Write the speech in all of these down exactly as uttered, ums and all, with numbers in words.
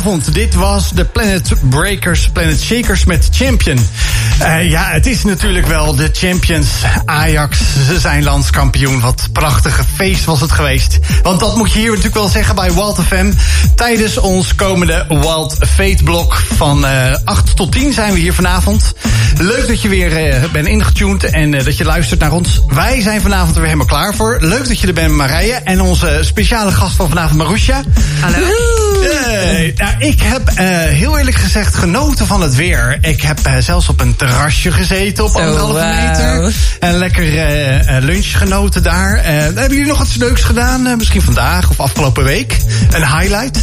Goedenavond, dit was de Planet Breakers, Planet Shakers met Champion. Uh, ja, het is natuurlijk wel de Champions. Ajax, ze zijn landskampioen. Wat prachtige feest was het geweest. Want dat moet je hier natuurlijk wel zeggen bij Wild F M. Tijdens ons komende Wild Fate blok van uh, acht tot tien zijn we hier vanavond. Leuk dat je weer uh, bent ingetuned en uh, dat je luistert naar ons. Wij zijn vanavond er weer helemaal klaar voor. Leuk dat je er bent, Marije. En onze speciale gast van vanavond, Marusha. Hallo. Uh, nou, ik heb uh, heel eerlijk gezegd genoten van het weer. Ik heb uh, zelfs op een terrasje gezeten op anderhalve wow. meter. En lekker uh, lunch genoten daar. Uh, hebben jullie nog wat leuks gedaan? Uh, misschien vandaag of afgelopen week? Een highlight?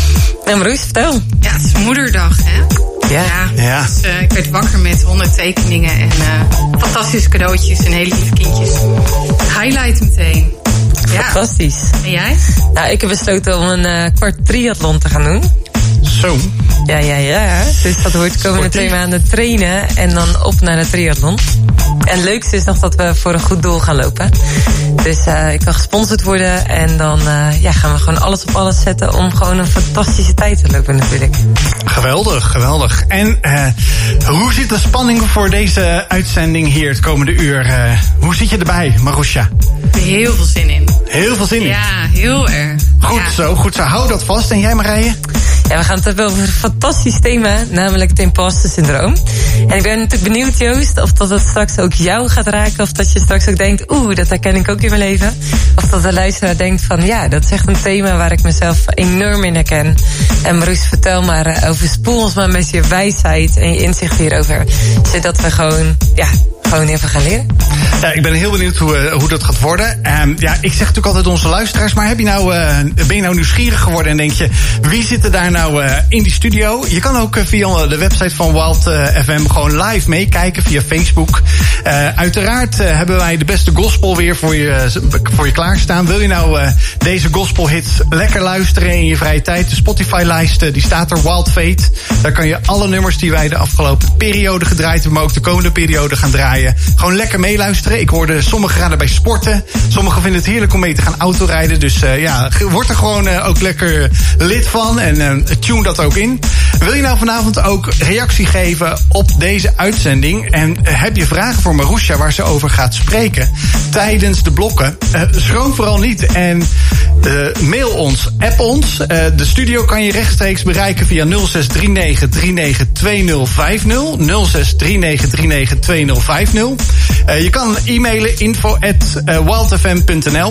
En Marus, vertel. Ja, het is moederdag, hè? Ja. ja, ja. Dus, uh, ik werd wakker met honderd tekeningen en uh, fantastische cadeautjes en hele lieve kindjes. Highlight meteen. Ja. Fantastisch. En jij? Nou, ik heb besloten om een uh, kwart triathlon te gaan doen. Zo. Ja, ja, ja. Dus dat wordt komende twee maanden trainen en dan op naar de triathlon. En het leukste is nog dat we voor een goed doel gaan lopen. Dus uh, ik kan gesponsord worden en dan uh, ja, gaan we gewoon alles op alles zetten om gewoon een fantastische tijd te lopen natuurlijk. Geweldig, geweldig. En uh, hoe zit de spanning voor deze uitzending hier het komende uur? Uh, hoe zit je erbij, Marusha? Heel veel zin in. Heel veel zin in? Ja, heel erg. Goed ja. zo, goed zo. Hou dat vast. En jij, Marije? Ja, we gaan het hebben over een fantastisch thema, namelijk het imposter syndroom. En ik ben natuurlijk benieuwd, Joost, of dat het straks ook jou gaat raken, of dat je straks ook denkt, oeh, dat herken ik ook in mijn leven. Of dat de luisteraar denkt van, ja, dat is echt een thema waar ik mezelf enorm in herken. En Marus, vertel maar, uh, overspoel ons maar met je wijsheid en je inzicht hierover, zodat we gewoon, ja, gewoon even gaan leren. Ja, ik ben heel benieuwd hoe, uh, hoe dat gaat worden. Um, ja, ik zeg natuurlijk altijd onze luisteraars, maar heb je nou, uh, ben je nou nieuwsgierig geworden en denk je, wie zit er daar nou uh, in die studio? Je kan ook uh, via de website van Wild uh, F M gewoon live meekijken via Facebook. Uh, uiteraard uh, hebben wij de beste gospel weer voor je, uh, voor je klaarstaan. Wil je nou uh, deze gospelhits lekker luisteren in je vrije tijd? De Spotify-lijst uh, die staat er, Wild Fate. Daar kan je alle nummers die wij de afgelopen periode gedraaid hebben, maar ook de komende periode gaan draaien, gewoon lekker meeluisteren. Ik hoorde sommigen gaan erbij sporten. Sommigen vinden het heerlijk om mee te gaan autorijden. Dus uh, ja, word er gewoon uh, ook lekker lid van en uh, tune dat ook in. Wil je nou vanavond ook reactie geven op deze uitzending? En uh, heb je vragen voor Marusha waar ze over gaat spreken tijdens de blokken? Uh, schroom vooral niet en uh, mail ons, app ons. Uh, de studio kan je rechtstreeks bereiken via nul zes drie negen drie negen twee nul vijf nul. nul zes drie negen drie negen twee nul vijf nul. Uh, je kan e-mailen info at wildfm punt n l.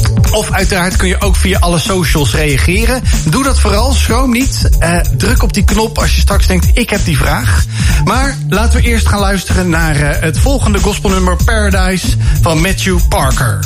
Of uiteraard kun je ook via alle socials reageren. Doe dat vooral, schroom niet. Uh, druk op die knop als je straks denkt, ik heb die vraag. Maar laten we eerst gaan luisteren naar uh, het volgende gospelnummer Paradise van Matthew Parker.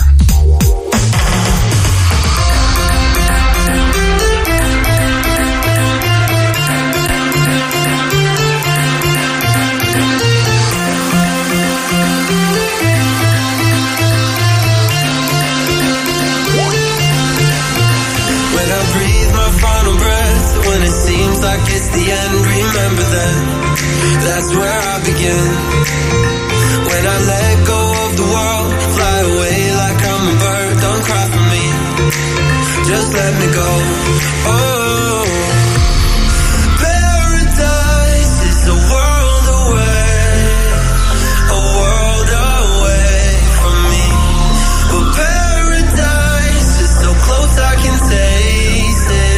Like it's the end, remember that. That's where I begin. When I let go of the world, fly away like I'm a bird. Don't cry for me, just let me go. Oh, paradise is a world away, a world away from me. But paradise is so close I can taste it.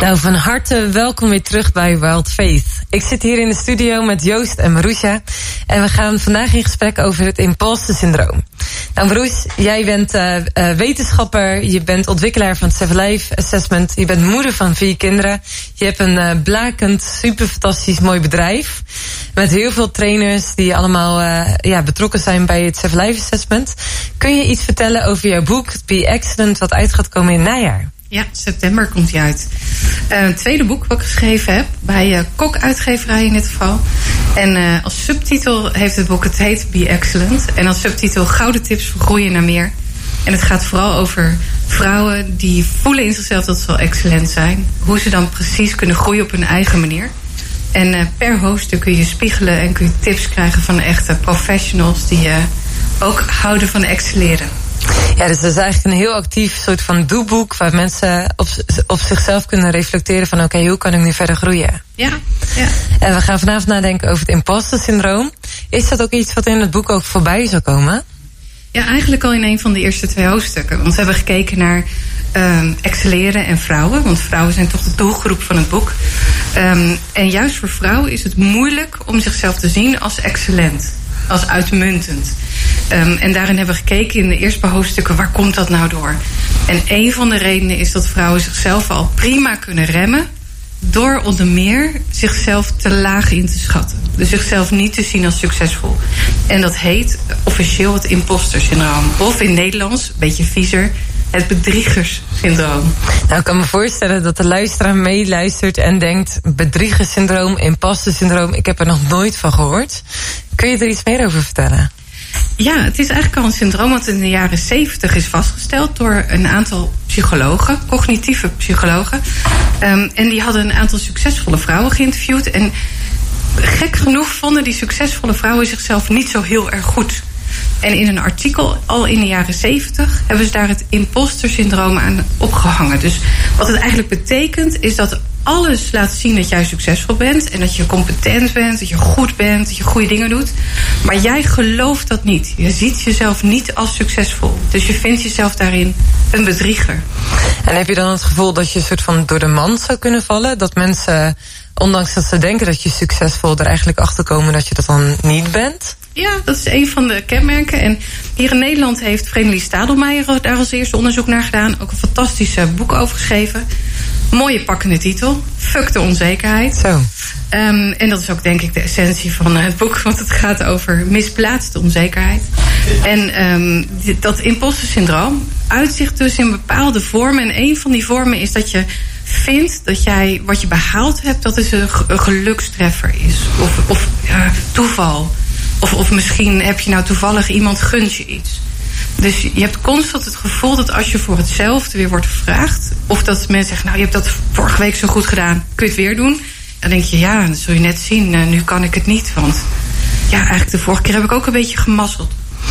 Nou, van harte welkom weer terug bij Wild Faith. Ik zit hier in de studio met Joost en Marusha. En we gaan vandaag in gesprek over het imposter syndroom. Nou, Marus, jij bent uh, uh, wetenschapper. Je bent ontwikkelaar van het Seven Life Assessment. Je bent moeder van vier kinderen. Je hebt een uh, blakend, super fantastisch mooi bedrijf. Met heel veel trainers die allemaal uh, ja, betrokken zijn bij het Seven Life Assessment. Kun je iets vertellen over jouw boek, Be Excellent, wat uit gaat komen in het najaar? Ja, september komt hij uit. Uh, het tweede boek wat ik geschreven heb, bij uh, Kok Uitgeverij in dit geval. En uh, als subtitel heeft het boek, het heet Be Excellent. En als subtitel Gouden tips voor groeien naar meer. En het gaat vooral over vrouwen die voelen in zichzelf dat ze wel excellent zijn. Hoe ze dan precies kunnen groeien op hun eigen manier. En uh, per hoofdstuk kun je spiegelen en kun je tips krijgen van echte professionals die uh, ook houden van excelleren. Ja, dus dat is eigenlijk een heel actief soort van doelboek waar mensen op, op zichzelf kunnen reflecteren van oké, okay, hoe kan ik nu verder groeien? Ja, ja. En we gaan vanavond nadenken over het imposter syndroom. Is dat ook iets wat in het boek ook voorbij zou komen? Ja, eigenlijk al in een van de eerste twee hoofdstukken. Want we hebben gekeken naar um, excelleren en vrouwen. Want vrouwen zijn toch de doelgroep van het boek. Um, en juist voor vrouwen is het moeilijk om zichzelf te zien als excellent. Als uitmuntend. Um, en daarin hebben we gekeken in de eerste hoofdstukken, waar komt dat nou door? En een van de redenen is dat vrouwen zichzelf al prima kunnen remmen door onder meer zichzelf te laag in te schatten. Dus zichzelf niet te zien als succesvol. En dat heet officieel het imposter syndroom. Of in Nederlands, een beetje viezer, het bedriegerssyndroom. Nou, ik kan me voorstellen dat de luisteraar meeluistert en denkt, bedriegerssyndroom, imposter syndroom, ik heb er nog nooit van gehoord. Kun je er iets meer over vertellen? Ja, het is eigenlijk al een syndroom wat in de jaren zeventig is vastgesteld door een aantal psychologen, cognitieve psychologen. Um, en die hadden een aantal succesvolle vrouwen geïnterviewd. En gek genoeg vonden die succesvolle vrouwen zichzelf niet zo heel erg goed. En in een artikel al in de jaren zeventig hebben ze daar het imposter syndroom aan opgehangen. Dus wat het eigenlijk betekent is dat alles laat zien dat jij succesvol bent en dat je competent bent, dat je goed bent, dat je goede dingen doet. Maar jij gelooft dat niet. Je ziet jezelf niet als succesvol. Dus je vindt jezelf daarin een bedrieger. En heb je dan het gevoel dat je een soort van door de mand zou kunnen vallen? Dat mensen, ondanks dat ze denken dat je succesvol, er eigenlijk achter komen dat je dat dan niet bent? Ja, dat is een van de kenmerken. En hier in Nederland heeft Vrenelie Stadelmeijer daar als eerste onderzoek naar gedaan. Ook een fantastisch boek over geschreven. Mooie pakkende titel. Fuck de onzekerheid. Zo. Um, en dat is ook denk ik de essentie van het boek. Want het gaat over misplaatste onzekerheid. En um, dat imposter syndroom uitzicht dus in bepaalde vormen. En een van die vormen is dat je vindt dat jij wat je behaald hebt, dat is een, een gelukstreffer is. Of, of uh, toeval. Of, of misschien heb je nou toevallig iemand gunt je iets. Dus je hebt constant het gevoel dat als je voor hetzelfde weer wordt gevraagd, of dat mensen zeggen, nou je hebt dat vorige week zo goed gedaan, kun je het weer doen? Dan denk je, ja, dat zul je net zien, uh, nu kan ik het niet. Want ja, eigenlijk de vorige keer heb ik ook een beetje gemazzeld.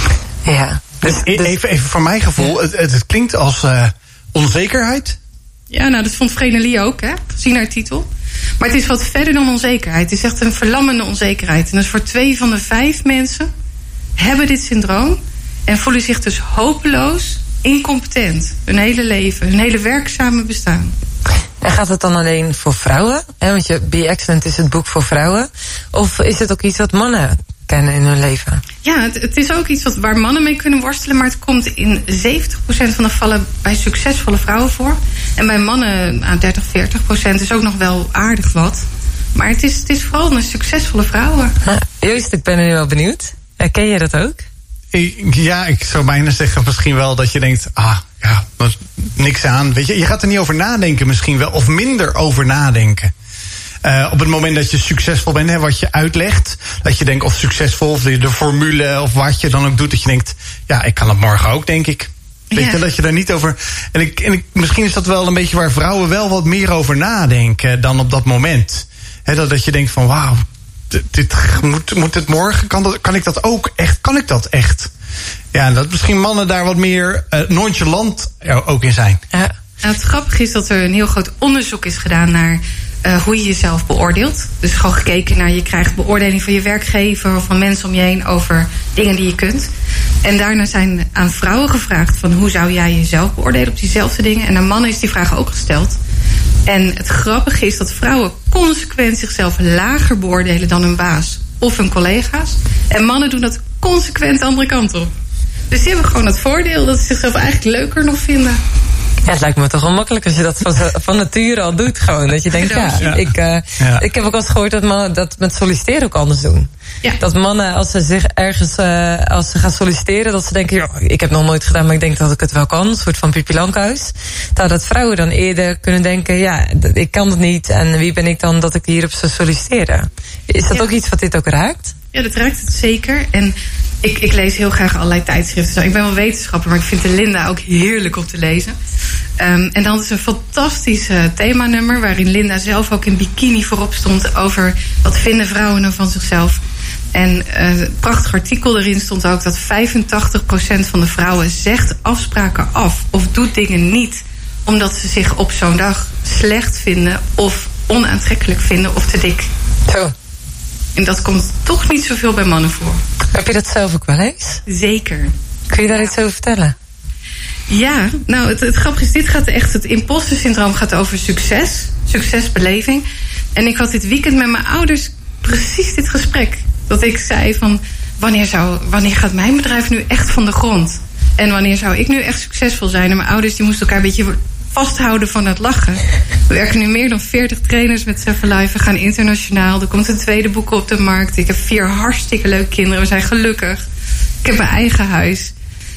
Ja. Dus, dus, even, even voor mijn gevoel, het, het, het klinkt als uh, onzekerheid. Ja, nou dat vond Vrenelie ook, hè, gezien haar titel. Maar het is wat verder dan onzekerheid. Het is echt een verlammende onzekerheid. En dus voor twee van de vijf mensen hebben dit syndroom en voelen zich dus hopeloos incompetent. Hun hele leven, hun hele werkzame bestaan. En gaat het dan alleen voor vrouwen? Hè? Want je, Be Excellent is het boek voor vrouwen. Of is het ook iets wat mannen kennen in hun leven? Ja, het, het is ook iets wat, waar mannen mee kunnen worstelen. Maar het komt in zeventig procent van de gevallen bij succesvolle vrouwen voor. En bij mannen aan dertig, veertig procent is ook nog wel aardig wat. Maar het is, het is vooral naar succesvolle vrouwen. Ha, Joost, ik ben er nu wel benieuwd. Ken je dat ook? Ja, ik zou bijna zeggen misschien wel dat je denkt, ah, ja, niks aan. Weet je, je gaat er niet over nadenken misschien wel, of minder over nadenken. Uh, op het moment dat je succesvol bent, hè, wat je uitlegt, dat je denkt of succesvol, of de, de formule, of wat je dan ook doet, dat je denkt, ja, ik kan het morgen ook, denk ik. Weet je, dat je daar niet over. En, ik, en ik, misschien is dat wel een beetje waar vrouwen wel wat meer over nadenken dan op dat moment. He, dat, dat je denkt van wauw, dit, dit moet, moet het morgen? Kan, dat, kan ik dat ook echt? Kan ik dat echt? Ja, dat misschien mannen daar wat meer uh, nonchalant ook in zijn. Ja. Nou, het grappige is dat er een heel groot onderzoek is gedaan naar uh, hoe je jezelf beoordeelt. Dus gewoon gekeken naar, je krijgt beoordeling van je werkgever of van mensen om je heen over dingen die je kunt. En daarna zijn aan vrouwen gevraagd van hoe zou jij jezelf beoordelen op diezelfde dingen. En aan mannen is die vraag ook gesteld. En het grappige is dat vrouwen consequent zichzelf lager beoordelen dan hun baas of hun collega's. En mannen doen dat consequent de andere kant op. Dus die hebben gewoon het voordeel dat ze zichzelf eigenlijk leuker nog vinden. Ja, het lijkt me toch wel makkelijk als je dat van, van nature al doet gewoon. Dat je denkt, ja, ja. Ik, uh, ja. ik heb ook al eens gehoord dat mannen dat met solliciteren ook anders doen. Ja. Dat mannen, als ze zich ergens, uh, als ze gaan solliciteren, dat ze denken, ja, ik heb nog nooit gedaan, maar ik denk dat ik het wel kan. Een soort van Pipi Lankhuis. Terwijl dat vrouwen dan eerder kunnen denken, ja, ik kan het niet en wie ben ik dan dat ik hierop zou solliciteren? Is dat ja. ook iets wat dit ook raakt? Ja, dat raakt het zeker. En ik, ik lees heel graag allerlei tijdschriften. Ik ben wel wetenschapper, maar ik vind de Linda ook heerlijk om te lezen. Um, en dan is een fantastisch uh, themanummer waarin Linda zelf ook in bikini voorop stond over wat vinden vrouwen nou van zichzelf. En uh, een prachtig artikel erin stond ook dat vijfentachtig procent van de vrouwen zegt afspraken af of doet dingen niet omdat ze zich op zo'n dag slecht vinden of onaantrekkelijk vinden of te dik. Zo. En dat komt toch niet zoveel bij mannen voor. Heb je dat zelf ook wel eens? Zeker. Kun je daar iets over vertellen? Ja, nou het, het grappige is, dit gaat echt, het imposter syndroom gaat over succes, succesbeleving. En ik had dit weekend met mijn ouders precies dit gesprek. Dat ik zei van, wanneer, zou, wanneer gaat mijn bedrijf nu echt van de grond? En wanneer zou ik nu echt succesvol zijn? En mijn ouders die moesten elkaar een beetje vasthouden van het lachen. We werken nu meer dan veertig trainers met Seven Life. We gaan internationaal. Er komt een tweede boek op de markt. Ik heb vier hartstikke leuke kinderen. We zijn gelukkig. Ik heb mijn eigen huis.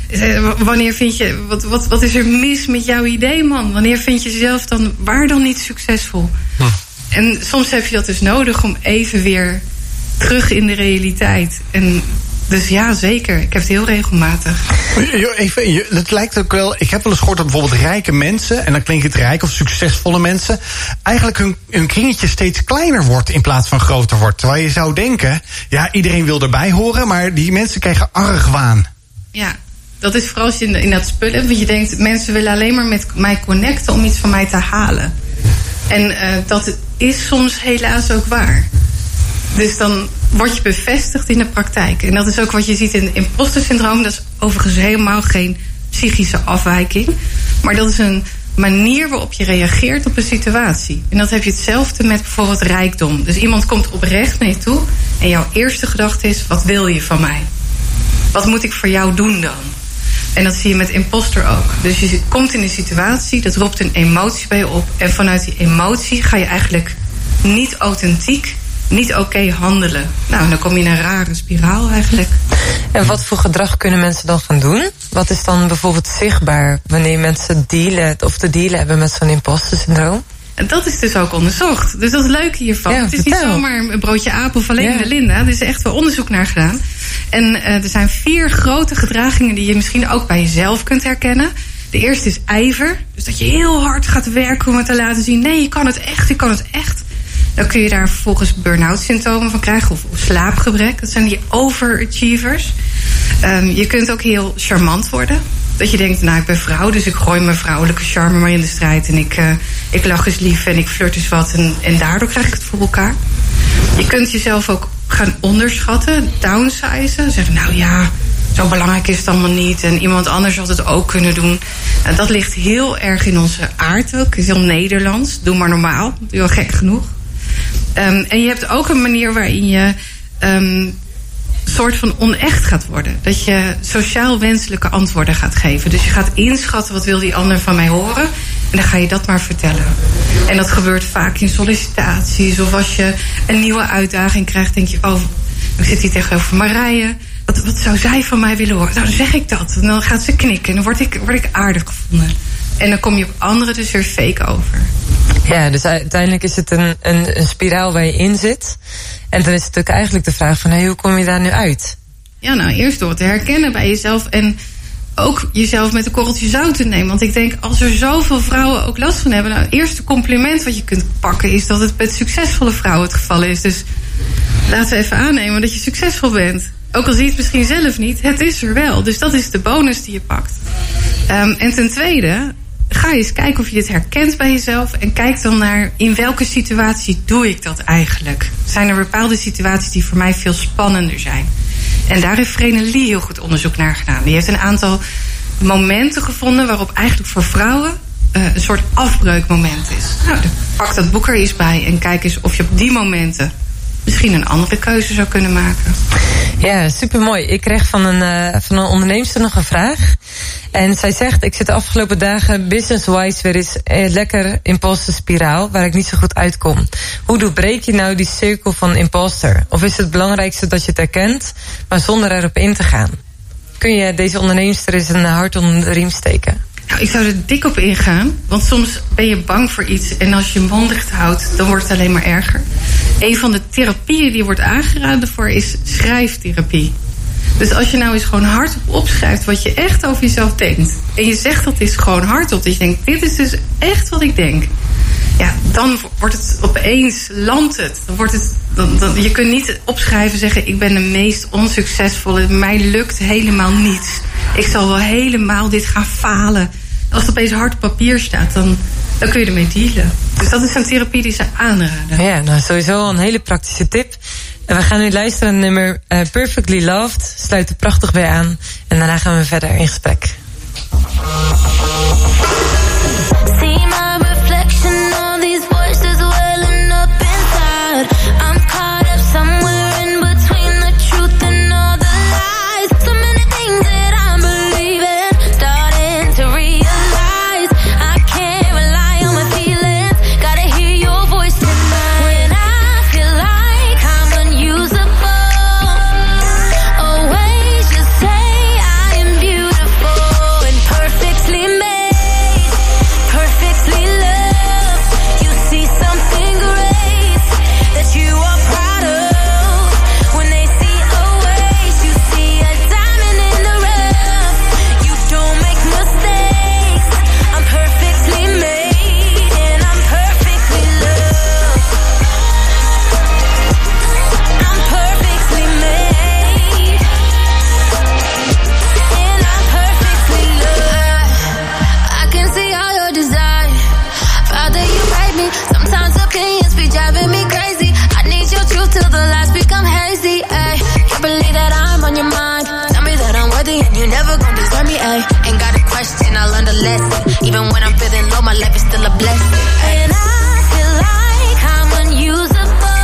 Wanneer vind je, wat, wat, wat is er mis met jouw idee, man? Wanneer vind je jezelf dan, waar dan niet succesvol? Hm. En soms heb je dat dus nodig om even weer terug in de realiteit. En dus ja, zeker. Ik heb het heel regelmatig. Even, het lijkt ook wel, ik heb wel eens gehoord dat bijvoorbeeld rijke mensen, en dan klinkt het rijk of succesvolle mensen, eigenlijk hun, hun kringetje steeds kleiner wordt in plaats van groter wordt. Terwijl je zou denken, ja, iedereen wil erbij horen, maar die mensen krijgen argwaan. Ja. Dat is vooral als je in dat spul hebt. Want je denkt, mensen willen alleen maar met mij connecten om iets van mij te halen. En uh, dat is soms helaas ook waar. Dus dan word je bevestigd in de praktijk. En dat is ook wat je ziet in imposter syndroom. Dat is overigens helemaal geen psychische afwijking. Maar dat is een manier waarop je reageert op een situatie. En dat heb je hetzelfde met bijvoorbeeld rijkdom. Dus iemand komt oprecht naar je toe. En jouw eerste gedachte is, wat wil je van mij? Wat moet ik voor jou doen dan? En dat zie je met imposter ook. Dus je komt in een situatie, dat roept een emotie bij je op. En vanuit die emotie ga je eigenlijk niet authentiek, niet oké okay handelen. Nou, dan kom je in een rare spiraal eigenlijk. En wat voor gedrag kunnen mensen dan gaan doen? Wat is dan bijvoorbeeld zichtbaar wanneer mensen dealen of te dealen hebben met zo'n imposter syndroom? En dat is dus ook onderzocht. Dus dat is het leuke hiervan. Ja, het is vertel. Niet zomaar een broodje aap of alleen ja. de Linda. Er is echt wel onderzoek naar gedaan. En uh, er zijn vier grote gedragingen die je misschien ook bij jezelf kunt herkennen. De eerste is ijver. Dus dat je heel hard gaat werken om het te laten zien. Nee, je kan het echt, je kan het echt. Dan kun je daar vervolgens burn-out symptomen van krijgen. Of, of slaapgebrek. Dat zijn die overachievers. Um, je kunt ook heel charmant worden. Dat je denkt, nou, ik ben vrouw, dus ik gooi mijn vrouwelijke charme maar in de strijd. En ik, uh, ik lach eens lief en ik flirt eens wat. En, en daardoor krijg ik het voor elkaar. Je kunt jezelf ook gaan onderschatten, downsizen. Zeggen, nou ja, zo belangrijk is het allemaal niet. En iemand anders had het ook kunnen doen. En dat ligt heel erg in onze aard ook. Het is heel Nederlands. Doe maar normaal. Doe je wel gek genoeg. Um, en je hebt ook een manier waarin je Um, soort van onecht gaat worden. Dat je sociaal wenselijke antwoorden gaat geven. Dus je gaat inschatten, wat wil die ander van mij horen? En dan ga je dat maar vertellen. En dat gebeurt vaak in sollicitaties. Of als je een nieuwe uitdaging krijgt, denk je, oh, ik zit hier tegenover Marije. Wat, wat zou zij van mij willen horen? Nou, dan zeg ik dat. En dan gaat ze knikken. En dan word ik, word ik aardig gevonden. En dan kom je op anderen dus weer fake over. Ja, dus uiteindelijk is het een, een, een spiraal waar je in zit. En dan is het natuurlijk eigenlijk de vraag van, hey, hoe kom je daar nu uit? Ja, nou, eerst door het te herkennen bij jezelf. En ook jezelf met een korreltje zout te nemen. Want ik denk, als er zoveel vrouwen ook last van hebben, nou, het eerste compliment wat je kunt pakken is dat het met succesvolle vrouwen het geval is. Dus laten we even aannemen dat je succesvol bent. Ook al zie je het misschien zelf niet, het is er wel. Dus dat is de bonus die je pakt. Um, en ten tweede, ga eens kijken of je dit herkent bij jezelf. En kijk dan naar, in welke situatie doe ik dat eigenlijk? Zijn er bepaalde situaties die voor mij veel spannender zijn? En daar heeft Vrene Lee heel goed onderzoek naar gedaan. Die heeft een aantal momenten gevonden waarop eigenlijk voor vrouwen uh, een soort afbreukmoment is. Nou, dan pak dat boek er eens bij en kijk eens of je op die momenten misschien een andere keuze zou kunnen maken. Ja, supermooi. Ik kreeg van een, uh, van een onderneemster nog een vraag. En zij zegt, ik zit de afgelopen dagen business-wise weer eens uh, lekker imposter spiraal, waar ik niet zo goed uitkom. Hoe doorbreek je nou die cirkel van imposter? Of is het belangrijkste dat je het herkent, maar zonder erop in te gaan? Kun je deze onderneemster eens een hart onder de riem steken? Nou, ik zou er dik op ingaan. Want soms ben je bang voor iets en als je je mond dicht houdt, dan wordt het alleen maar erger. Een van de therapieën die wordt aangeraden voor is schrijftherapie. Dus als je nou eens gewoon hardop opschrijft wat je echt over jezelf denkt. En je zegt dat is gewoon hardop. Dat je denkt, dit is dus echt wat ik denk. Ja, dan wordt het opeens, landt het. Dan wordt het dan, dan, je kunt niet opschrijven zeggen, ik ben de meest onsuccesvolle. Mij lukt helemaal niets. Ik zal wel helemaal dit gaan falen. Als het opeens hard op papier staat, dan, dan kun je ermee dealen. Dus dat is een therapie die ze aanraden. Ja, nou sowieso al een hele praktische tip. En we gaan nu luisteren naar het nummer uh, Perfectly Loved. Sluit er prachtig bij aan. En daarna gaan we verder in gesprek. See my reflection, all these voices welling up inside. I'm caught up somewhere in between the truth and all the lies. So many things that I'm believing, starting to realize I can't rely on my feelings. Gotta hear your voice tonight. When I feel like I'm unusable, always just say I am beautiful and perfectly made, perfectly loved. You see something great that you are proud of. When they see a waste, you see a diamond in the rough. You don't make mistakes. I'm perfectly made and I'm perfectly loved. I'm perfectly made and I'm perfectly loved. I can see all your desire. Father, you write me. Sometimes opinions be driving me crazy. I need your truth till the lies become hazy. Ay, can't believe that I'm on your mind. Tell me that I'm worthy and you never gon' desert me. Ay, ain't got a question, I learned a lesson. Even when I'm feeling low, my life is still a blessing. And I feel like I'm unusable.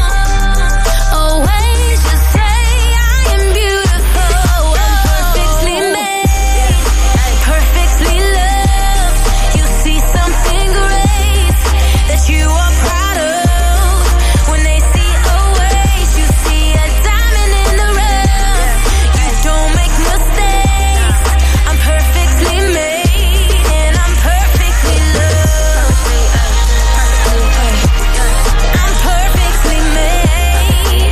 Always just say I am beautiful. I'm perfectly made, perfectly loved. You see something great that you are proud of. When they see a waste, you see a diamond in the rough. You don't make mistakes. I'm perfectly made and I'm perfectly loved. I'm perfectly made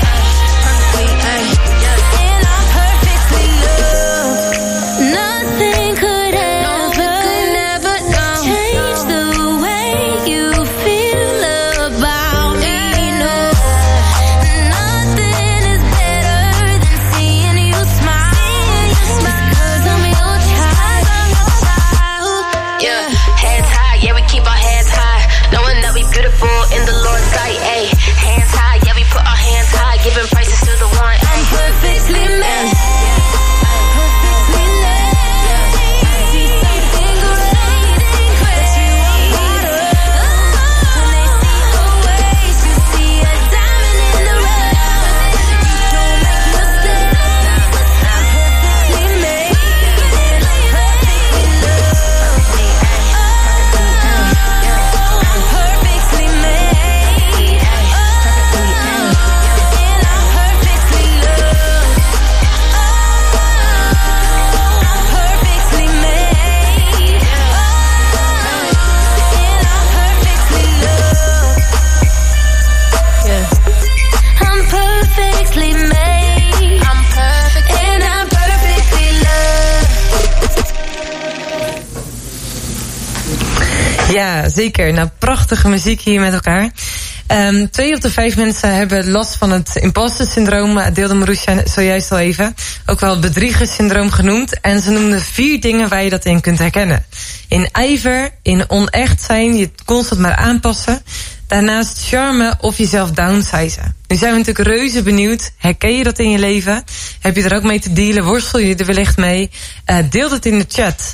and I'm perfectly loved. Nothing could ever change the way you feel about me. No, nothing is better than seeing you smile. Because I'm your child. Yeah, hands high, yeah, we keep our hands high. Knowing that we beautiful in the Lord's sight, ayy. Hands high, yeah, we put our hands high. Giving praises to the one, I'm ayy. perfectly made. Perfectly loved. See something great that you are proud of. When they see a waste, you see a diamond in the rough. You don't make mistakes. I'm perfectly made and I'm perfectly loved. I'm perfectly made and I'm perfectly loved. I'm perfectly made and I'm perfectly loved. I'm perfectly made. I'm perfect and I'm perfectly loved. Ja, zeker. Nou, prachtige muziek hier met elkaar. Um, twee op de vijf mensen hebben last van het imposter syndroom. Deelde Marusha zojuist al even. Ook wel het bedriegerssyndroom genoemd. En ze noemden vier dingen waar je dat in kunt herkennen. In ijver, in onecht zijn, je constant maar aanpassen. Daarnaast charme of jezelf downsizen. Nu zijn we natuurlijk reuze benieuwd. Herken je dat in je leven? Heb je er ook mee te dealen? Worstel je er wellicht mee? Uh, deel het in de chat.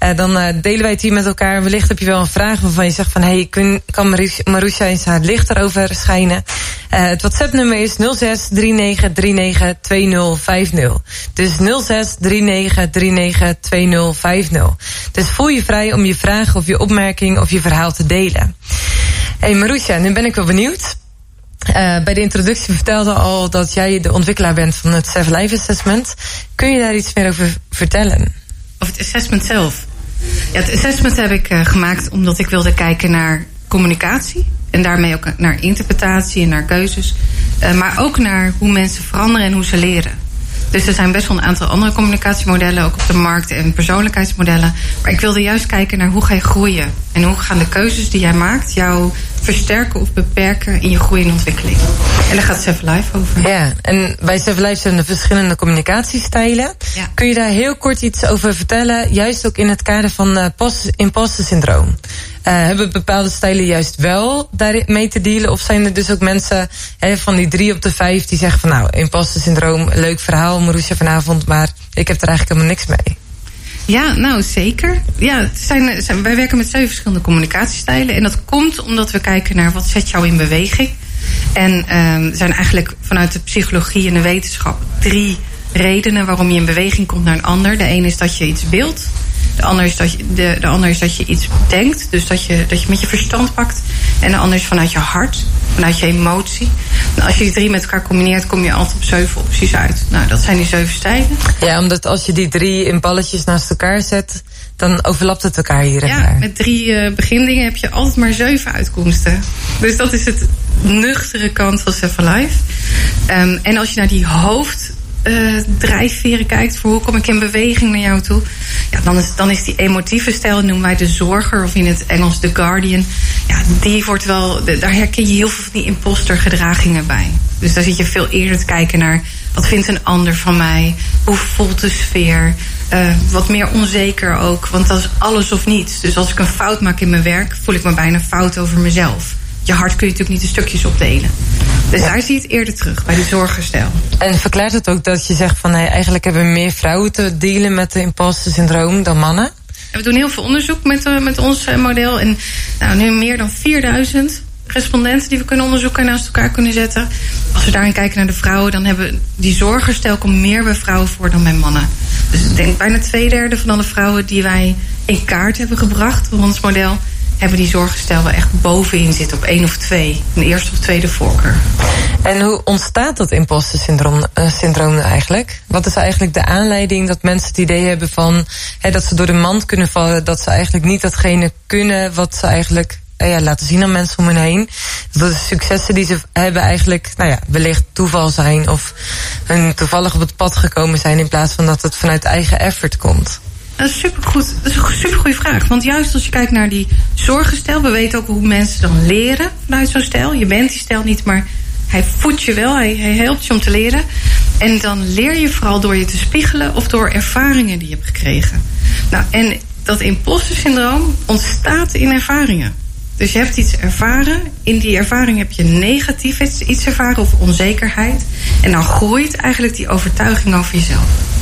Uh, dan uh, delen wij het hier met elkaar. Wellicht heb je wel een vraag waarvan je zegt van... hey, kun, kan Maroesja eens haar licht erover schijnen? Uh, het WhatsApp-nummer is nul zes drie negen drie negen twee nul vijf nul. Dus nul zes drie negen drie negen twee nul vijf nul. Dus voel je vrij om je vraag of je opmerking of je verhaal te delen. Hey Maroesja, nu ben ik wel benieuwd. Uh, bij de introductie vertelde al dat jij de ontwikkelaar bent van het Seven Life Assessment. Kun je daar iets meer over vertellen? Of het assessment zelf? Ja, het assessment heb ik uh, gemaakt omdat ik wilde kijken naar communicatie. En daarmee ook naar interpretatie en naar keuzes. Uh, maar ook naar hoe mensen veranderen en hoe ze leren. Dus er zijn best wel een aantal andere communicatiemodellen, ook op de markt, en persoonlijkheidsmodellen. Maar ik wilde juist kijken naar hoe ga je groeien. En hoe gaan de keuzes die jij maakt jou versterken of beperken in je groei en ontwikkeling. En daar gaat Seven Life over. Ja, en bij Seven Life zijn er verschillende communicatiestijlen. Ja. Kun je daar heel kort iets over vertellen, juist ook in het kader van uh, post- imposter syndroom? Uh, hebben bepaalde stijlen juist wel daarmee te dealen? Of zijn er dus ook mensen he, van die drie op de vijf die zeggen van nou, imposter syndroom, leuk verhaal Maroesja vanavond, maar ik heb er eigenlijk helemaal niks mee? Ja, nou zeker. Ja, het zijn, zijn, wij werken met zeven verschillende communicatiestijlen. En dat komt omdat we kijken naar wat zet jou in beweging. En um, er zijn eigenlijk vanuit de psychologie en de wetenschap drie redenen waarom je in beweging komt naar een ander. De ene is dat je iets wilt. De ander is dat je, de, de ander is dat je iets denkt. Dus dat je, dat je met je verstand pakt. En de ander is vanuit je hart. Vanuit je emotie. Nou, als je die drie met elkaar combineert, kom je altijd op zeven opties uit. Nou, dat zijn die zeven stijlen. Ja, omdat als je die drie in balletjes naast elkaar zet, dan overlapt het elkaar hier en ja, daar. Met drie uh, begindingen heb je altijd maar zeven uitkomsten. Dus dat is het nuchtere kant van Seven Life. Um, en als je naar die hoofd... Uh, drijfveren kijkt voor hoe kom ik in beweging naar jou toe. Ja, dan is, dan is die emotieve stijl, noemen wij de zorger, of in het Engels de guardian. Ja, die wordt wel, daar herken je heel veel van die impostergedragingen bij. Dus daar zit je veel eerder te kijken naar wat vindt een ander van mij, hoe voelt de sfeer, uh, wat meer onzeker ook, want dat is alles of niets. Dus als ik een fout maak in mijn werk, voel ik me bijna fout over mezelf. Je hart kun je natuurlijk niet in stukjes opdelen. Dus ja, daar zie je het eerder terug, bij de zorgerstijl. En verklaart het ook dat je zegt van hey, eigenlijk hebben meer vrouwen te dealen met de imposter syndroom dan mannen? We doen heel veel onderzoek met, uh, met ons uh, model. En nou, nu meer dan vierduizend respondenten die we kunnen onderzoeken en naast elkaar kunnen zetten. Als we daarin kijken naar de vrouwen, dan hebben die zorgerstijl komt meer bij vrouwen voor dan bij mannen. Dus ik denk bijna twee derde van alle vrouwen die wij in kaart hebben gebracht voor ons model, hebben die zorgenstijl wel echt bovenin zitten op één of twee. Een eerste of tweede voorkeur. En hoe ontstaat dat imposter syndroom, uh, syndroom eigenlijk? Wat is eigenlijk de aanleiding dat mensen het idee hebben van He, dat ze door de mand kunnen vallen, dat ze eigenlijk niet datgene kunnen wat ze eigenlijk uh, ja, laten zien aan mensen om hen heen? Dat de successen die ze hebben eigenlijk, nou ja, wellicht toeval zijn of hun toevallig op het pad gekomen zijn in plaats van dat het vanuit eigen effort komt. Dat is supergoed. Dat is een supergoeie vraag. Want juist als je kijkt naar die zorgenstijl, we weten ook hoe mensen dan leren vanuit zo'n stijl. Je bent die stijl niet, maar hij voedt je wel, hij, hij helpt je om te leren. En dan leer je vooral door je te spiegelen of door ervaringen die je hebt gekregen. Nou, en dat imposter syndroom ontstaat in ervaringen. Dus je hebt iets ervaren, in die ervaring heb je negatief iets ervaren of onzekerheid. En dan groeit eigenlijk die overtuiging over jezelf.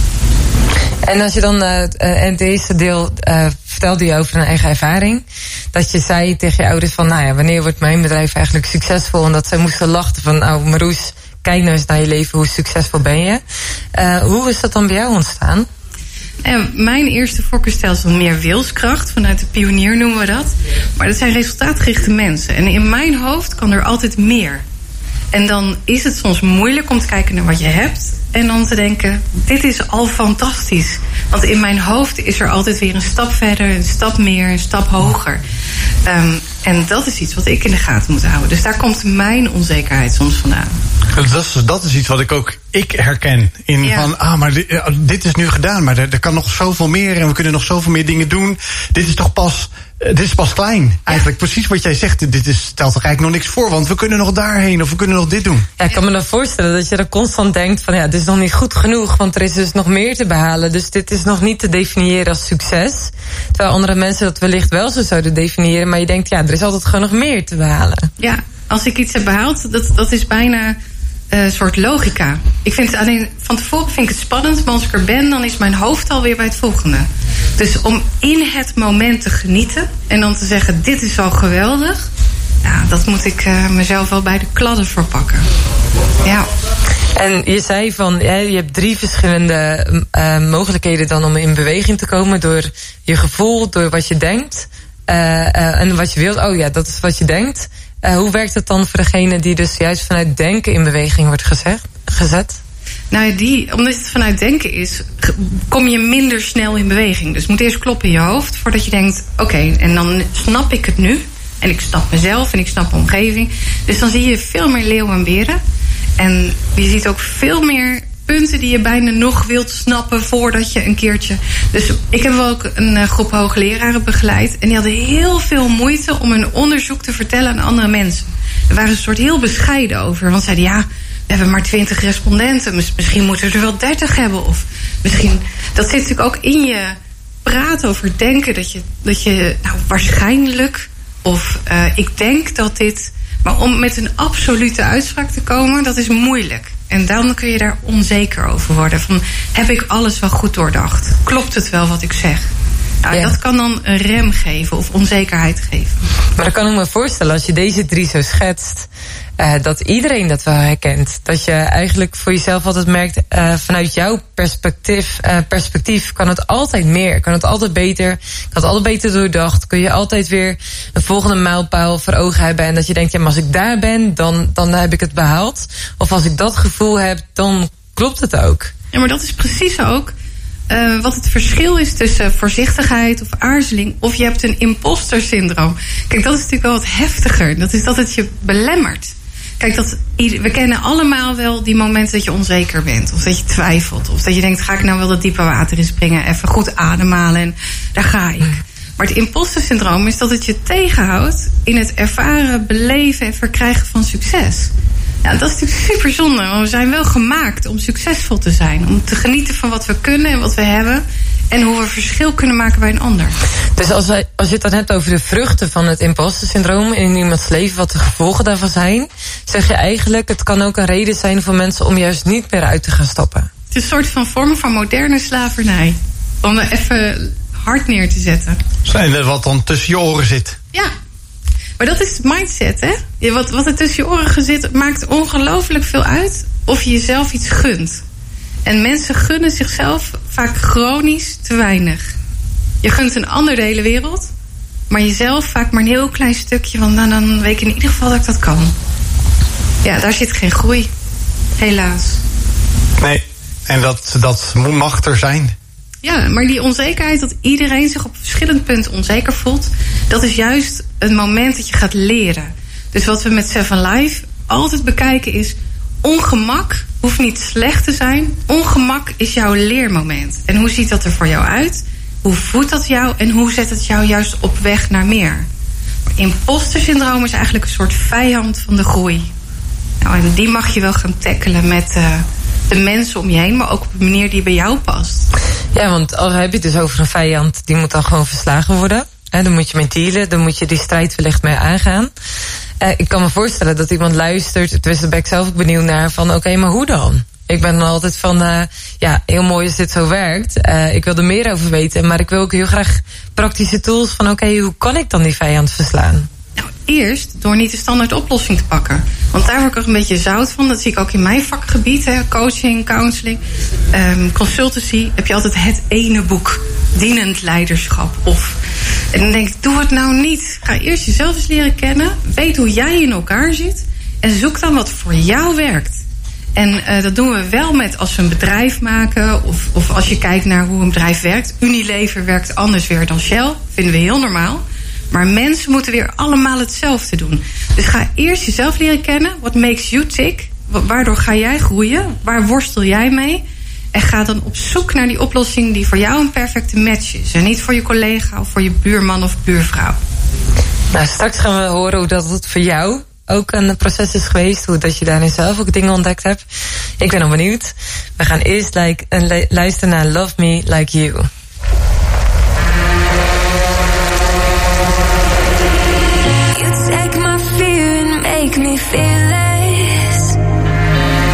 En als je dan uh, uh, in deze deel uh, vertelde je over een eigen ervaring, dat je zei tegen je ouders van, nou ja, wanneer wordt mijn bedrijf eigenlijk succesvol? En dat zij moesten lachen van, nou Maroes, kijk nou eens naar je leven, hoe succesvol ben je? Uh, hoe is dat dan bij jou ontstaan? En mijn eerste voorkeurstijl is dan meer wilskracht. Vanuit de pionier noemen we dat. Maar dat zijn resultaatgerichte mensen. En in mijn hoofd kan er altijd meer. En dan is het soms moeilijk om te kijken naar wat je hebt. En dan te denken, dit is al fantastisch. Want in mijn hoofd is er altijd weer een stap verder, een stap meer, een stap hoger. Um, en dat is iets wat ik in de gaten moet houden. Dus daar komt mijn onzekerheid soms vandaan. Dat is, dat is iets wat ik ook ik herken. In ja. van, ah, maar dit, dit is nu gedaan, maar er, er kan nog zoveel meer en we kunnen nog zoveel meer dingen doen. Dit is toch pas, dit is pas klein. Eigenlijk ja. precies wat jij zegt, dit is, stelt toch eigenlijk nog niks voor, want we kunnen nog daarheen of we kunnen nog dit doen. Ja, ik kan me dan voorstellen dat je dan constant denkt van, ja, dit is nog niet goed genoeg, want er is dus nog meer te behalen. Dus dit is nog niet te definiëren als succes. Terwijl andere mensen dat wellicht wel zo zouden definiëren, maar je denkt, ja, er is altijd gewoon nog meer te behalen. Ja, als ik iets heb behaald, dat, dat is bijna uh, soort logica. Ik vind het alleen, van tevoren vind ik het spannend, maar als ik er ben, dan is mijn hoofd alweer bij het volgende. Dus om in het moment te genieten en dan te zeggen, dit is al geweldig. Ja, dat moet ik uh, mezelf wel bij de kladden voor pakken. Ja. En je zei van, ja, je hebt drie verschillende uh, mogelijkheden dan om in beweging te komen. Door je gevoel, door wat je denkt. Uh, uh, en wat je wilt, oh ja, dat is wat je denkt. Uh, hoe werkt het dan voor degene die dus juist vanuit denken in beweging wordt gezet? gezet? Nou, die, omdat het vanuit denken is, kom je minder snel in beweging. Dus het moet eerst kloppen in je hoofd voordat je denkt, oké, okay, en dan snap ik het nu. En ik snap mezelf en ik snap mijn omgeving. Dus dan zie je veel meer leeuwen en beren. En je ziet ook veel meer punten die je bijna nog wilt snappen voordat je een keertje... Dus ik heb wel ook een uh, groep hoogleraren begeleid. En die hadden heel veel moeite om hun onderzoek te vertellen aan andere mensen. Er waren een soort heel bescheiden over. Want ze zeiden, ja, we hebben maar twintig respondenten. Misschien moeten we er wel dertig hebben. Of misschien... Dat zit natuurlijk ook in je praten over denken. Dat je, dat je nou, waarschijnlijk... Of uh, ik denk dat dit... Maar om met een absolute uitspraak te komen, dat is moeilijk. En dan kun je daar onzeker over worden. Van, heb ik alles wel goed doordacht? Klopt het wel wat ik zeg? Nou, ja. Dat kan dan een rem geven of onzekerheid geven. Maar dan kan ik me voorstellen, als je deze drie zo schetst... Uh, dat iedereen dat wel herkent. Dat je eigenlijk voor jezelf altijd merkt... Uh, vanuit jouw perspectief, uh, perspectief kan het altijd meer. Kan het altijd beter. Kan het altijd beter doordacht. Kun je altijd weer een volgende mijlpaal voor ogen hebben. En dat je denkt, ja, maar als ik daar ben, dan, dan heb ik het behaald. Of als ik dat gevoel heb, dan klopt het ook. Ja, maar dat is precies ook... Uh, wat het verschil is tussen voorzichtigheid of aarzeling... of je hebt een imposter syndroom. Kijk, dat is natuurlijk wel wat heftiger. Dat is dat het je belemmert. Kijk, dat, we kennen allemaal wel die momenten dat je onzeker bent. Of dat je twijfelt. Of dat je denkt, ga ik nou wel dat diepe water in springen? Even goed ademhalen en daar ga ik. Maar het imposter syndroom is dat het je tegenhoudt... in het ervaren, beleven en verkrijgen van succes. Ja, dat is natuurlijk super zonde. Want we zijn wel gemaakt om succesvol te zijn. Om te genieten van wat we kunnen en wat we hebben. En hoe we verschil kunnen maken bij een ander. Dus als, wij, als je het dan hebt over de vruchten van het imposter syndroom in iemands leven, wat de gevolgen daarvan zijn, zeg je eigenlijk, het kan ook een reden zijn voor mensen om juist niet meer uit te gaan stappen. Het is een soort van vorm van moderne slavernij. Om er even hard neer te zetten. Zijn wat dan tussen je oren zit. Ja. Maar dat is mindset, hè? Wat, wat er tussen je oren zit, maakt ongelooflijk veel uit of je jezelf iets gunt. En mensen gunnen zichzelf vaak chronisch te weinig. Je gunt een ander de hele wereld, maar jezelf vaak maar een heel klein stukje. Want nou, dan weet ik in ieder geval dat ik dat kan. Ja, daar zit geen groei. Helaas. Nee, en dat, dat mag er zijn. Ja, maar die onzekerheid, dat iedereen zich op verschillend punten onzeker voelt, dat is juist het moment dat je gaat leren. Dus wat we met Seven Life altijd bekijken is, ongemak hoeft niet slecht te zijn. Ongemak is jouw leermoment. En hoe ziet dat er voor jou uit? Hoe voedt dat jou? En hoe zet het jou juist op weg naar meer? Imposter syndroom is eigenlijk een soort vijand van de groei. Nou, en die mag je wel gaan tackelen met uh, de mensen om je heen, maar ook op een manier die bij jou past. Ja, want al heb je het dus over een vijand, die moet dan gewoon verslagen worden. He, dan moet je mee dealen, dan moet je die strijd wellicht mee aangaan. Uh, ik kan me voorstellen dat iemand luistert, tenminste daar ben ik zelf ook benieuwd naar, van oké, okay, maar hoe dan? Ik ben dan altijd van, uh, ja, heel mooi als dit zo werkt. Uh, ik wil er meer over weten, maar ik wil ook heel graag praktische tools van oké, okay, hoe kan ik dan die vijand verslaan? Nou, eerst door niet de standaard oplossing te pakken. Want daar word ik ook een beetje zout van. Dat zie ik ook in mijn vakgebied. Hè. Coaching, counseling, um, consultancy. Heb je altijd het ene boek. Dienend leiderschap. Of, en dan denk ik, doe het nou niet. Ga eerst jezelf eens leren kennen. Weet hoe jij in elkaar zit. En zoek dan wat voor jou werkt. En uh, dat doen we wel met als we een bedrijf maken. Of, of als je kijkt naar hoe een bedrijf werkt. Unilever werkt anders weer dan Shell. Vinden we heel normaal. Maar mensen moeten weer allemaal hetzelfde doen. Dus ga eerst jezelf leren kennen. What makes you tick? Waardoor ga jij groeien? Waar worstel jij mee? En ga dan op zoek naar die oplossing die voor jou een perfecte match is. En niet voor je collega of voor je buurman of buurvrouw. Nou, straks gaan we horen hoe dat het voor jou ook een proces is geweest. Hoe dat je daarin zelf ook dingen ontdekt hebt. Ik ben al benieuwd. We gaan eerst like, uh, luisteren naar Love Me Like You. Make me feel less.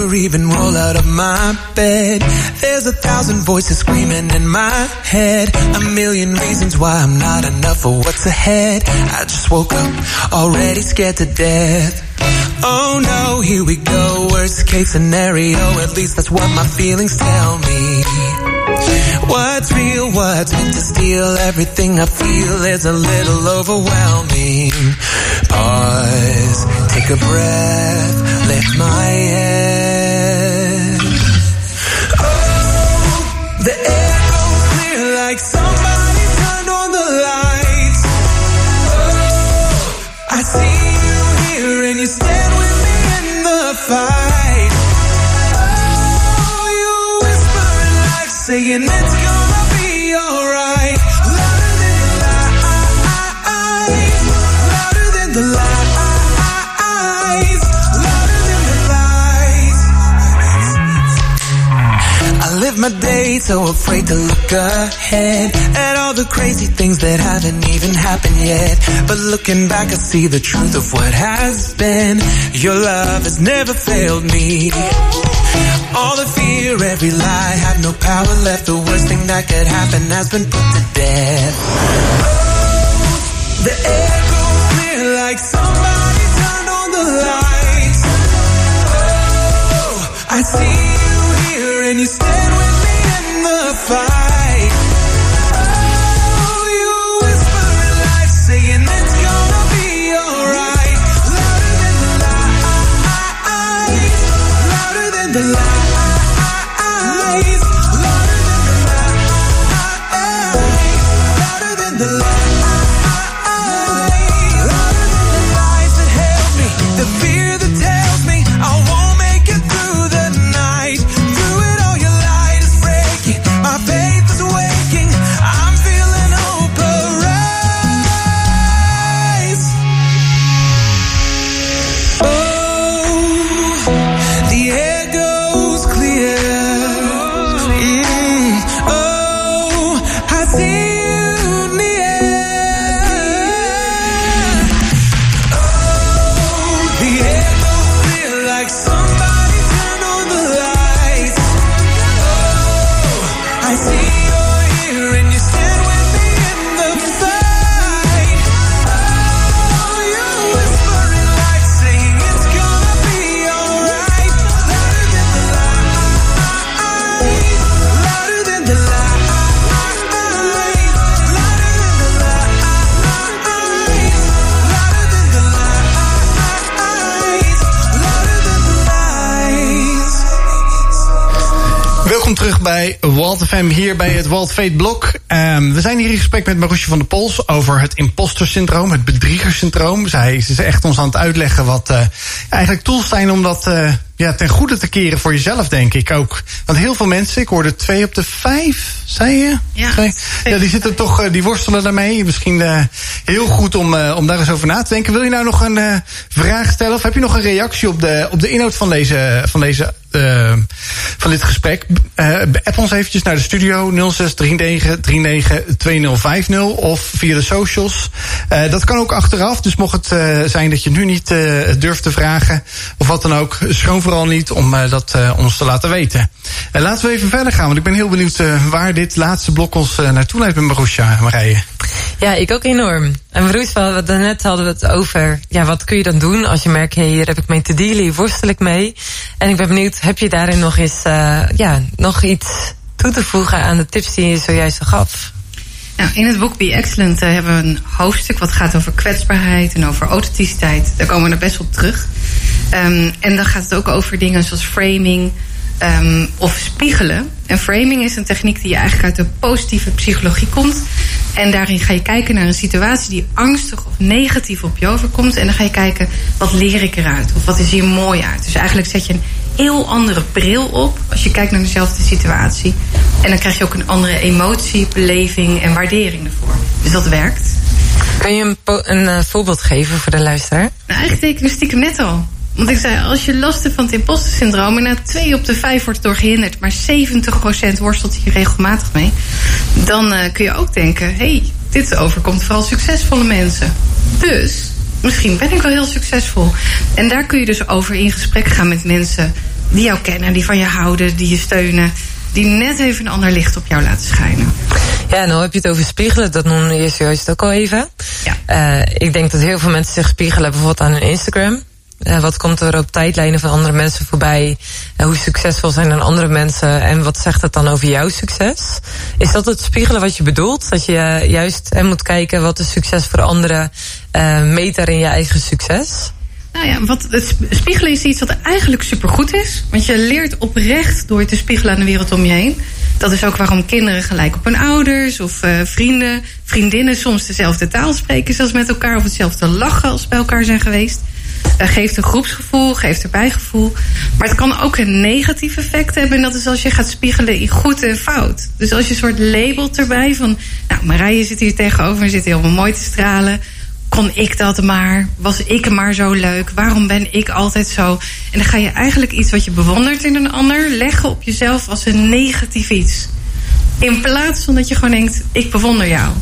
or even roll out of my bed. There's a thousand voices screaming in my head, a million reasons why I'm not enough for what's ahead. I just woke up already scared to death. Oh no, here we go, worst case scenario, at least that's what my feelings tell me. What's real, what's meant to steal, everything I feel is a little overwhelming. Pause, take a breath, lift my head. Oh, the air goes clear like somebody turned on the lights. Oh, I see you here and you stand with me in the fight. Oh, you whisper in life saying it's gonna be alright. Louder than the lies, louder than the lies, louder than the lies. I live my day so afraid to look ahead at all the crazy things that haven't even happened yet. But looking back I see the truth of what has been. Your love has never failed me. All the fear, every lie, have no power left. The worst thing that could happen has been put to death. Oh, the air goes clear like somebody turned on the lights. Oh, I see you here and you stand with me in the fight. Oh, you whisper in life saying it's gonna be alright. Louder than the lies, louder than the lies. Terug bij Walt F M, hier bij het Walt Fate Blok. Um, we zijn hier in gesprek met Maroesje van der Pols over het impostersyndroom, het bedriegersyndroom. Zij is echt ons aan het uitleggen wat uh, eigenlijk tools zijn om dat uh, ja, ten goede te keren voor jezelf, denk ik ook. Want heel veel mensen, ik hoorde twee op de vijf, zei je? Ja, twee? Ja, die zitten toch, uh, die worstelen daarmee. Misschien uh, heel goed om, uh, om daar eens over na te denken. Wil je nou nog een uh, vraag stellen? Of heb je nog een reactie op de, op de inhoud van deze, van deze Uh, van dit gesprek? Uh, app ons eventjes naar de studio nul zes drie negen drie negen twee nul vijf nul of via de socials. Uh, dat kan ook achteraf, dus mocht het uh, zijn dat je nu niet uh, durft te vragen of wat dan ook, schroom vooral niet om uh, dat uh, ons te laten weten. Uh, laten we even verder gaan, want ik ben heel benieuwd uh, waar dit laatste blok ons uh, naartoe leidt met Maroesja, Marije. Ja, ik ook enorm. En Maroesja, daarnet hadden we het over, ja, wat kun je dan doen als je merkt, hé, hey, hier heb ik mee te dealen, hier worstel ik mee. En ik ben benieuwd, heb je daarin nog eens uh, ja, nog iets toe te voegen aan de tips die je zojuist al gaf? Nou, in het boek Be Excellent uh, hebben we een hoofdstuk wat gaat over kwetsbaarheid en over authenticiteit. Daar komen we er best op terug. Um, en dan gaat het ook over dingen zoals framing um, of spiegelen. En framing is een techniek die eigenlijk uit de positieve psychologie komt. En daarin ga je kijken naar een situatie die angstig of negatief op je overkomt. En dan ga je kijken, wat leer ik eruit? Of wat is hier mooi uit? Dus eigenlijk zet je een heel andere bril op als je kijkt naar dezelfde situatie. En dan krijg je ook een andere emotie, beleving en waardering ervoor. Dus dat werkt. Kun je een, po- een uh, voorbeeld geven voor de luisteraar? Nou, eigenlijk deed ik het stiekem net al. Want ik zei, als je last hebt van het impostersyndroom en na twee op de vijf wordt door gehinderd, maar zeventig procent worstelt hier regelmatig mee, dan uh, kun je ook denken, hé, hey, dit overkomt vooral succesvolle mensen. Dus misschien ben ik wel heel succesvol. En daar kun je dus over in gesprek gaan met mensen die jou kennen, die van je houden, die je steunen, die net even een ander licht op jou laten schijnen. Ja, nou heb je het over spiegelen, dat noemde je zojuist ook al even. Ja. Uh, ik denk dat heel veel mensen zich spiegelen bijvoorbeeld aan hun Instagram. Uh, wat komt er op tijdlijnen van andere mensen voorbij? Uh, hoe succesvol zijn dan andere mensen? En wat zegt het dan over jouw succes? Is dat het spiegelen wat je bedoelt? Dat je uh, juist uh, moet kijken wat is succes voor anderen, uh, meet daarin je eigen succes? Nou ja, wat het spiegelen is iets wat eigenlijk supergoed is. Want je leert oprecht door je te spiegelen aan de wereld om je heen. Dat is ook waarom kinderen gelijk op hun ouders of uh, vrienden, vriendinnen soms dezelfde taal spreken zoals met elkaar, of hetzelfde lachen als bij elkaar zijn geweest. Uh, geeft een groepsgevoel, geeft een bijgevoel. Maar het kan ook een negatief effect hebben. En dat is als je gaat spiegelen in goed en fout. Dus als je een soort labelt erbij van, nou, Marije zit hier tegenover en zit helemaal mooi te stralen. Kon ik dat maar? Was ik maar zo leuk? Waarom ben ik altijd zo? En dan ga je eigenlijk iets wat je bewondert in een ander leggen op jezelf als een negatief iets. In plaats van dat je gewoon denkt, ik bewonder jou.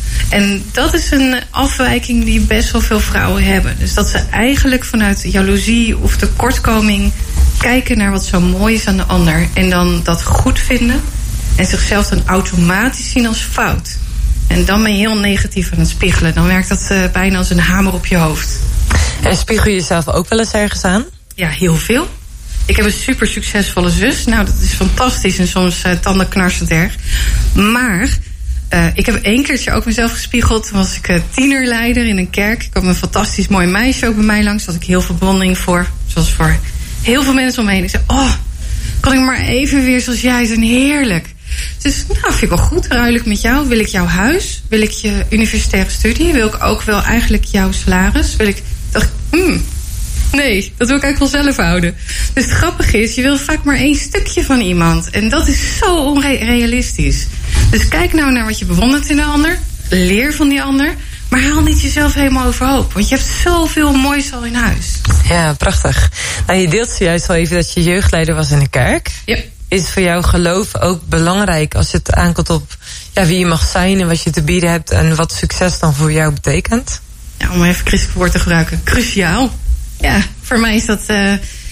En dat is een afwijking die best wel veel vrouwen hebben. Dus dat ze eigenlijk vanuit jaloezie of tekortkoming kijken naar wat zo mooi is aan de ander. En dan dat goed vinden. En zichzelf dan automatisch zien als fout. En dan ben je heel negatief aan het spiegelen. Dan werkt dat uh, bijna als een hamer op je hoofd. En spiegel je jezelf ook wel eens ergens aan? Ja, heel veel. Ik heb een super succesvolle zus. Nou, dat is fantastisch en soms uh, tandenknarsend erg. Maar uh, ik heb één keertje ook mezelf gespiegeld. Toen was ik uh, tienerleider in een kerk. Ik had een fantastisch mooi meisje ook bij mij langs. Daar had ik heel veel bewondering voor. Zoals voor heel veel mensen om me heen. Ik zei, oh, kan ik maar even weer zoals jij zijn, heerlijk. Dus nou, vind ik wel goed, ruil ik met jou. Wil ik jouw huis? Wil ik je universitaire studie? Wil ik ook wel eigenlijk jouw salaris? Wil ik, dacht ik, hmm, nee, dat wil ik eigenlijk wel zelf houden. Dus het grappige is, je wil vaak maar één stukje van iemand. En dat is zo onrealistisch. Dus kijk nou naar wat je bewondert in de ander. Leer van die ander. Maar haal niet jezelf helemaal overhoop. Want je hebt zoveel moois al in huis. Ja, prachtig. Nou, je deelt zojuist al even dat je jeugdleider was in de kerk. Ja. Is voor jou geloof ook belangrijk als het aankomt op ja, wie je mag zijn en wat je te bieden hebt en wat succes dan voor jou betekent? Ja, om even christelijk woord te gebruiken, cruciaal. Ja, voor mij is dat uh,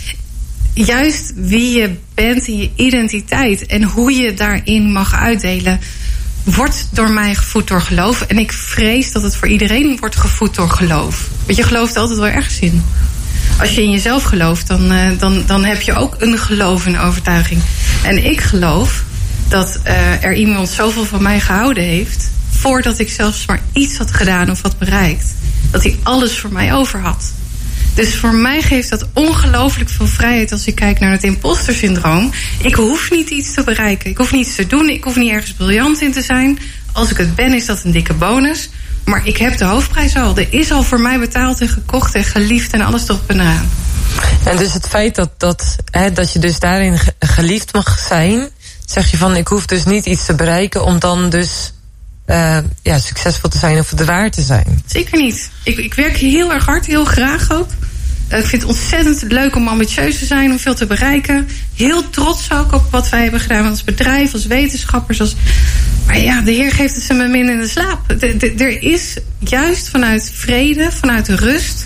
juist wie je bent in je identiteit en hoe je daarin mag uitdelen, wordt door mij gevoed door geloof. En ik vrees dat het voor iedereen wordt gevoed door geloof. Want je gelooft altijd wel ergens in. Als je in jezelf gelooft, dan, uh, dan, dan heb je ook een geloof en overtuiging. En ik geloof dat uh, er iemand zoveel van mij gehouden heeft, voordat ik zelfs maar iets had gedaan of had bereikt, dat hij alles voor mij over had. Dus voor mij geeft dat ongelooflijk veel vrijheid als ik kijk naar het impostersyndroom. Ik hoef niet iets te bereiken, ik hoef niets te doen, ik hoef niet ergens briljant in te zijn. Als ik het ben, is dat een dikke bonus. Maar ik heb de hoofdprijs al. Er is al voor mij betaald en gekocht en geliefd en alles erop en eraan. En dus het feit dat, dat, hè, dat je dus daarin geliefd mag zijn, zeg je van ik hoef dus niet iets te bereiken om dan dus uh, ja, succesvol te zijn of het waar te zijn. Zeker niet. Ik, ik werk heel erg hard, heel graag ook. Uh, ik vind het ontzettend leuk om ambitieus te zijn, om veel te bereiken. Heel trots ook op wat wij hebben gedaan als bedrijf, als wetenschappers. Als... Maar ja, de Heer geeft het ze me min in de slaap. De, de, er is juist vanuit vrede, vanuit rust.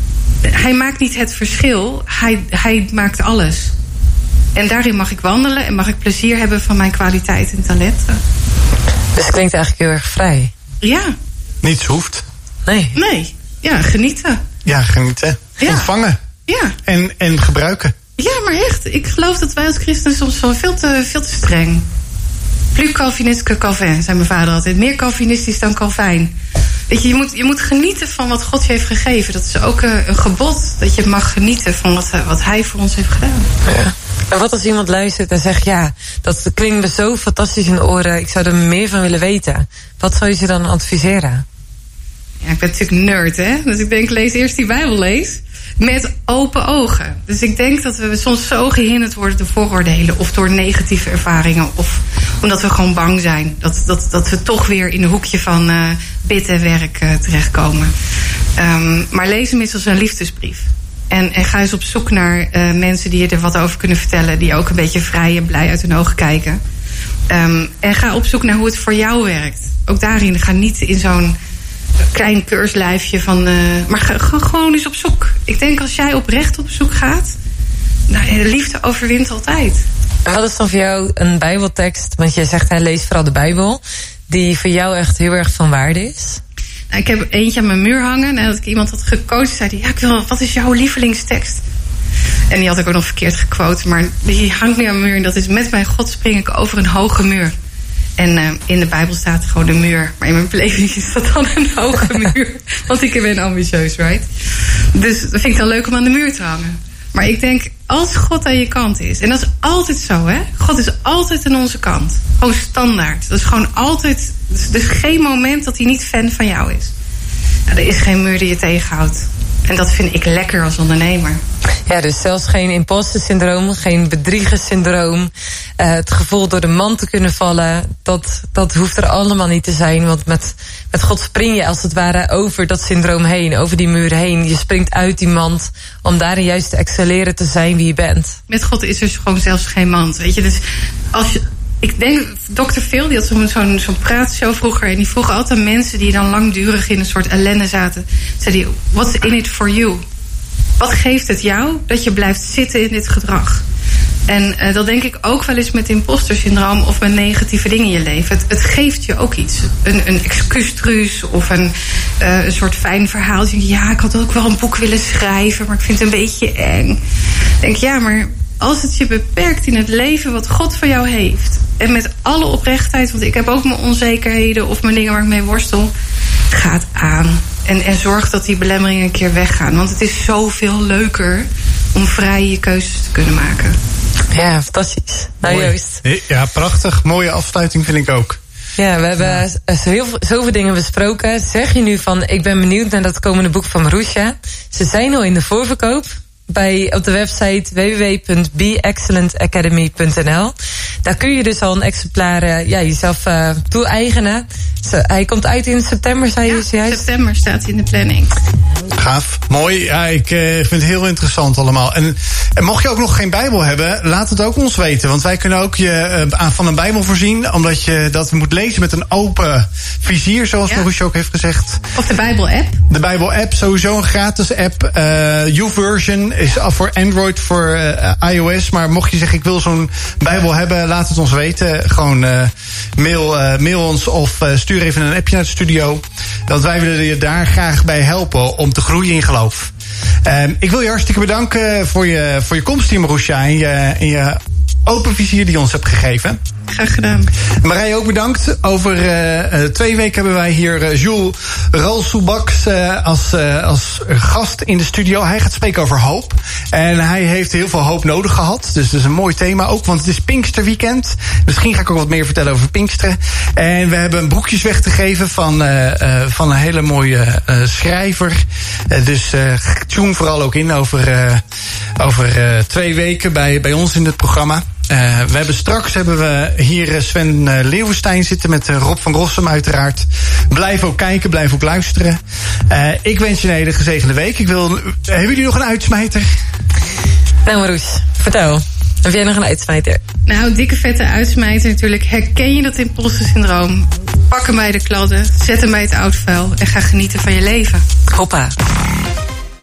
Hij maakt niet het verschil, hij, hij maakt alles. En daarin mag ik wandelen en mag ik plezier hebben van mijn kwaliteit en talenten. Dus het klinkt eigenlijk heel erg vrij. Ja. Niets hoeft. Nee. Nee. Ja, genieten. Ja, genieten. Ja. Ontvangen. Ja. En, en gebruiken. Ja, maar echt. Ik geloof dat wij als christenen soms wel veel te, veel te streng. Plus Calviniste que Calvin, zei mijn vader altijd. Meer Calvinistisch dan Calvin. Weet je, je moet, je moet genieten van wat God je heeft gegeven. Dat is ook een, een gebod. Dat je mag genieten van wat, wat hij voor ons heeft gedaan. Ja. En wat als iemand luistert en zegt, ja, dat klinkt me zo fantastisch in de oren. Ik zou er meer van willen weten. Wat zou je ze dan adviseren? Ja, ik ben natuurlijk nerd, hè. Dus ik denk, lees eerst die Bijbel lees. Met open ogen. Dus ik denk dat we soms zo gehinderd worden door vooroordelen of door negatieve ervaringen. Of omdat we gewoon bang zijn. Dat, dat, dat we toch weer in een hoekje van uh, bid en werk uh, terechtkomen. Um, maar lees hem eens als een liefdesbrief. En, en ga eens op zoek naar uh, mensen die je er wat over kunnen vertellen. Die ook een beetje vrij en blij uit hun ogen kijken. Um, en ga op zoek naar hoe het voor jou werkt. Ook daarin, ga niet in zo'n klein keurslijfje van... Uh, maar ga, ga gewoon eens op zoek. Ik denk als jij oprecht op zoek gaat, nou, de liefde overwint altijd. En wat is dan voor jou een Bijbeltekst? Want je zegt, hij leest vooral de Bijbel. Die voor jou echt heel erg van waarde is? Nou, ik heb eentje aan mijn muur hangen. Nadat ik iemand had gecoacht, zei hij... ja, ik wil, wat is jouw lievelingstekst? En die had ik ook nog verkeerd gequote. Maar die hangt nu aan mijn muur. En dat is: met mijn God spring ik over een hoge muur. En uh, in de Bijbel staat gewoon de muur. Maar in mijn beleving is dat dan een hoge muur. Want ik ben ambitieus, right? Dus dat vind ik dan leuk om aan de muur te hangen. Maar ik denk, als God aan je kant is... en dat is altijd zo, hè? God is altijd aan onze kant. Gewoon standaard. Dat is gewoon altijd... Er is geen moment dat hij niet fan van jou is. Nou, er is geen muur die je tegenhoudt. En dat vind ik lekker als ondernemer. Ja, dus zelfs geen imposter syndroom, geen bedriegerssyndroom. Uh, het gevoel door de mand te kunnen vallen, dat, dat hoeft er allemaal niet te zijn. Want met, met God spring je als het ware over dat syndroom heen, over die muur heen. Je springt uit die mand om daarin juist te excelleren, te zijn wie je bent. Met God is er gewoon zelfs geen mand, weet je. Dus als je... Ik denk, dokter Phil, die had zo'n zo'n zo'n praatshow vroeger... en die vroeg altijd aan mensen die dan langdurig in een soort ellende zaten... zei die, what's in it for you? Wat geeft het jou dat je blijft zitten in dit gedrag? En uh, dat denk ik ook wel eens met imposter syndroom... of met negatieve dingen in je leven. Het, het geeft je ook iets. Een, een excuustruus of een, uh, een soort fijn verhaal. Je denkt, ja, ik had ook wel een boek willen schrijven... maar ik vind het een beetje eng. Ik denk, ja, maar... als het je beperkt in het leven wat God voor jou heeft... en met alle oprechtheid, want ik heb ook mijn onzekerheden... of mijn dingen waar ik mee worstel, ga het aan. En, en zorg dat die belemmeringen een keer weggaan. Want het is zoveel leuker om vrij je keuzes te kunnen maken. Ja, fantastisch. Nou, Mooi. Joost. Ja, prachtig. Mooie afsluiting vind ik ook. Ja, we hebben ja. Heel, zoveel dingen besproken. Zeg je nu van, ik ben benieuwd naar dat komende boek van Marusha. Ze zijn al in de voorverkoop. Bij, op de website w w w punt be excellent academy punt n l. Daar kun je dus al een exemplaar uh, ja, jezelf uh, toe-eigenen. So, hij komt uit in september, zei je ja, juist? september staat hij in de planning. Gaaf, mooi. Ja, ik uh, vind het heel interessant allemaal. En, en mocht je ook nog geen Bijbel hebben, laat het ook ons weten. Want wij kunnen ook je uh, van een Bijbel voorzien. Omdat je dat moet lezen met een open vizier, zoals ja. Marusha ook heeft gezegd. Of de Bijbel-app. De Bijbel-app, sowieso een gratis app. Uh, YouVersion is af voor Android, voor uh, iOS. Maar mocht je zeggen, ik wil zo'n Bijbel hebben, laat het ons weten. Gewoon uh, mail, uh, mail ons of uh, stuur even een appje naar de studio. Want wij willen je daar graag bij helpen om te groeien in geloof. Uh, ik wil je hartstikke bedanken voor je, voor je komst hier, Marusha. En je, en je open vizier die je ons hebt gegeven. Graag gedaan. Marije, ook bedankt. Over uh, twee weken hebben wij hier uh, Jules Ralsoubaks uh, als, uh, als gast in de studio. Hij gaat spreken over hoop. En hij heeft heel veel hoop nodig gehad. Dus dat is een mooi thema ook, want het is Pinksterweekend. Misschien ga ik ook wat meer vertellen over Pinksteren. En we hebben boekjes weg te geven van, uh, uh, van een hele mooie uh, schrijver. Uh, dus uh, tune vooral ook in over, uh, over uh, twee weken bij, bij ons in het programma. Uh, we hebben straks hebben we hier Sven uh, Leeuwenstein zitten met uh, Rob van Rossum uiteraard. Blijf ook kijken, blijf ook luisteren. Uh, ik wens je een hele gezegende week. Ik wil, uh, hebben jullie nog een uitsmijter? Nou Marus, vertel. Heb jij nog een uitsmijter? Nou, dikke vette uitsmijter natuurlijk. Herken je dat imposter syndroom? Pak hem bij de kladden, zet hem bij het oud vuil en ga genieten van je leven. Hoppa.